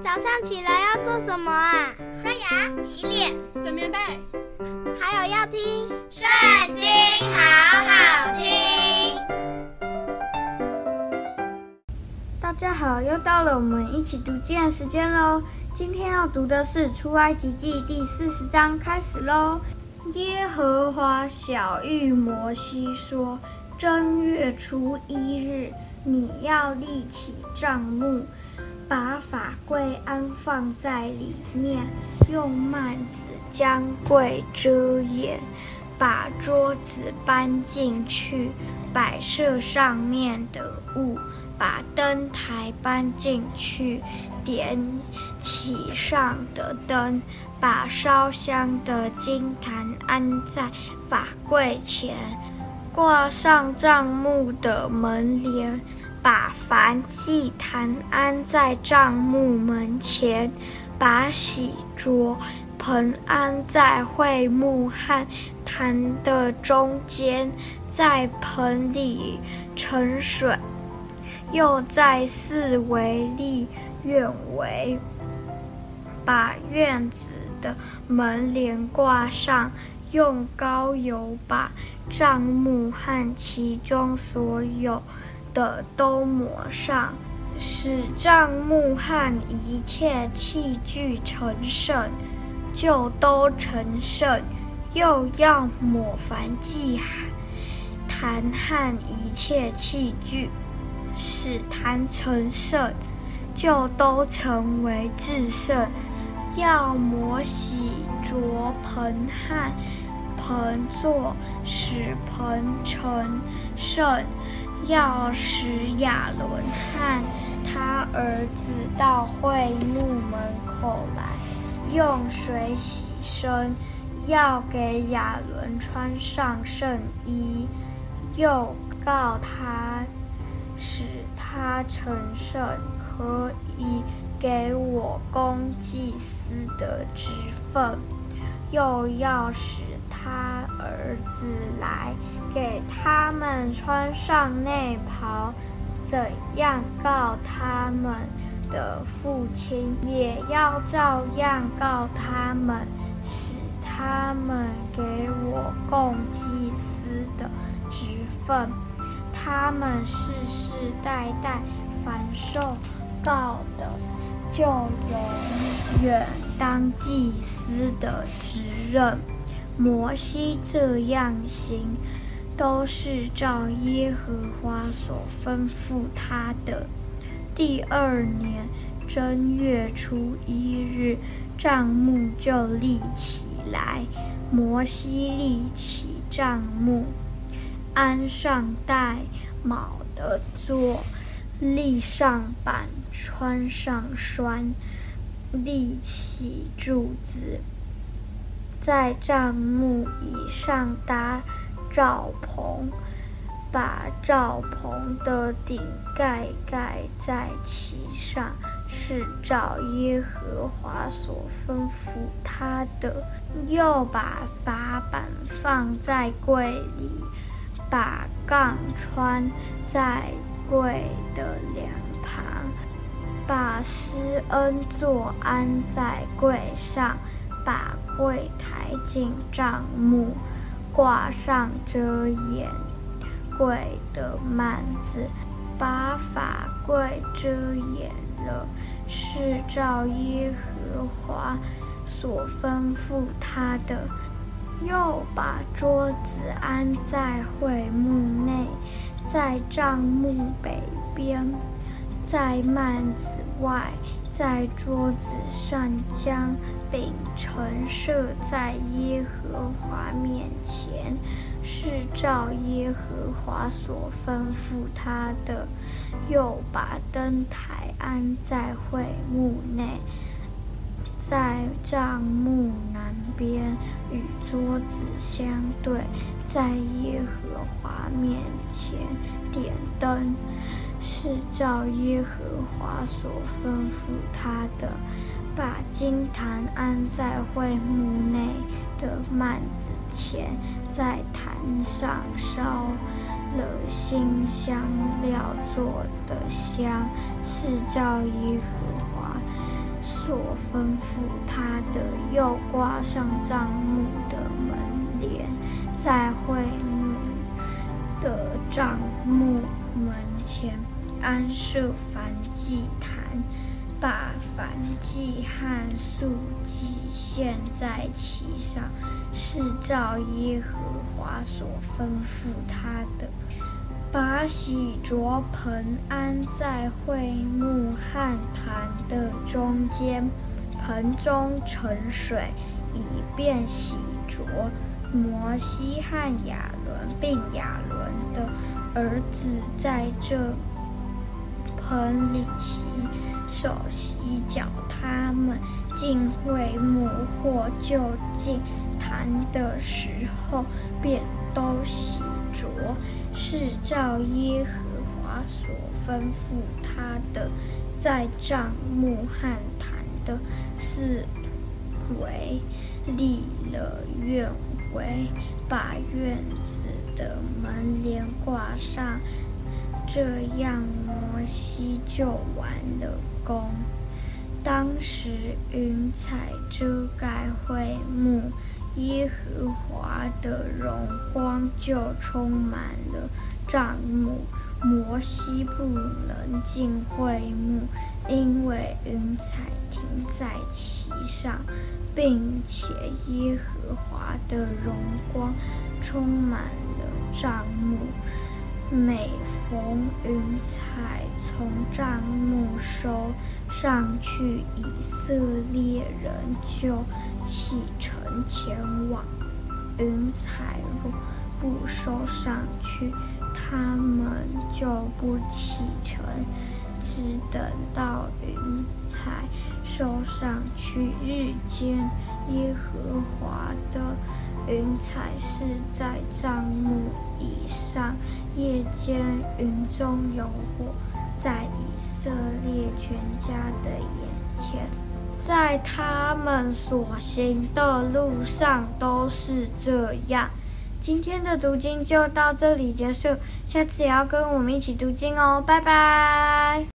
早上起来要做什么啊？ 刷牙、洗脸、 整棉被， 还有要听《 圣经》，好好听。 大家好，又到了我们一起读经的时间喽。今天要读的是出埃及记第40章，开始喽。耶和华晓谕摩西说：正月初1日，你要立起帐幕，把法柜安放在里面，用幔子将柜遮掩，把桌子搬进去，摆设上面的物，把灯台搬进去，点起上的灯，把烧香的金坛安在法柜前，挂上帐幕的门帘，把燔祭坛安在帐幕门前，把洗濯盆安在会幕和坛的中间，在盆里盛水，又在四围立院围，把院子的门帘挂上，用膏油把帐幕和其中所有的都抹上，使帐幕和一切器具成圣，就都成圣。又要抹燔祭坛和一切器具，使坛成圣，就都成为至圣。要抹洗濯盆和盆座，使盆成圣。要使亚伦和他儿子到会幕门口来，用水洗身。要给亚伦穿上圣衣，又告他，使他成圣，可以给我供祭司的职分。又要使他儿子来，给他们穿上内袍，怎样告他们的父亲，也要照样告他们，使他们给我供祭司的职分。他们世世代代凡受告的，就永远当祭司的职任。摩西这样行，都是照耶和华所吩咐他的。第2年正月初1日，帐幕就立起来。摩西立起帐幕，安上带卯的座，立上板，穿上栓，立起柱子，在帐幕以上搭罩棚，把罩棚的顶盖在其上，是照耶和华所吩咐他的。又把法板放在柜里，把杠穿在柜的两旁，把施恩座安在柜上，把柜抬进帐幕，挂上遮掩柜的幔子，把法柜遮掩了，是照耶和华所吩咐他的。又把桌子安在会幕内，在帐幕北边，在幔子外，在桌子上将饼陈设在耶和华面前，是照耶和华所吩咐他的。又把灯台安在会幕内，在帐幕南边，与桌子相对，在耶和华面前点灯，是照耶和华所吩咐他的。把金坛安在会幕内的幔子前，在坛上烧了馨香料做的香，是照耶和华所吩咐他的，又挂上帐幕的门帘，在会幕的帐幕门前安设燔祭坛，把燔祭和素祭献在其上，是照耶和华所吩咐他的。把洗濯盆安在会幕和坛的中间，盆中盛水，以便洗濯。摩西和亚伦并亚伦的儿子在这盆里手洗脚，他们进会幕或就近坛的时候，便都洗濯。是照耶和华所吩咐他的，在帐幕和坛的四围立了院围，把院子的门帘挂上，这样摩西就完了工。当时云彩遮盖会幕，耶和华的荣光就充满了帐幕，摩西不能进会幕，因为云彩停在其上，并且耶和华的荣光充满了帐幕。每逢云彩从帐幕收上去，以色列人就启程前往；云彩若不收上去，他们就不启程，只等到云彩收上去。日间耶和华的云彩是在帐幕以上，夜间云中有火，在以色列全家的眼前，在他们所行的路上都是这样。今天的读经就到这里结束，下次也要跟我们一起读经哦，拜拜。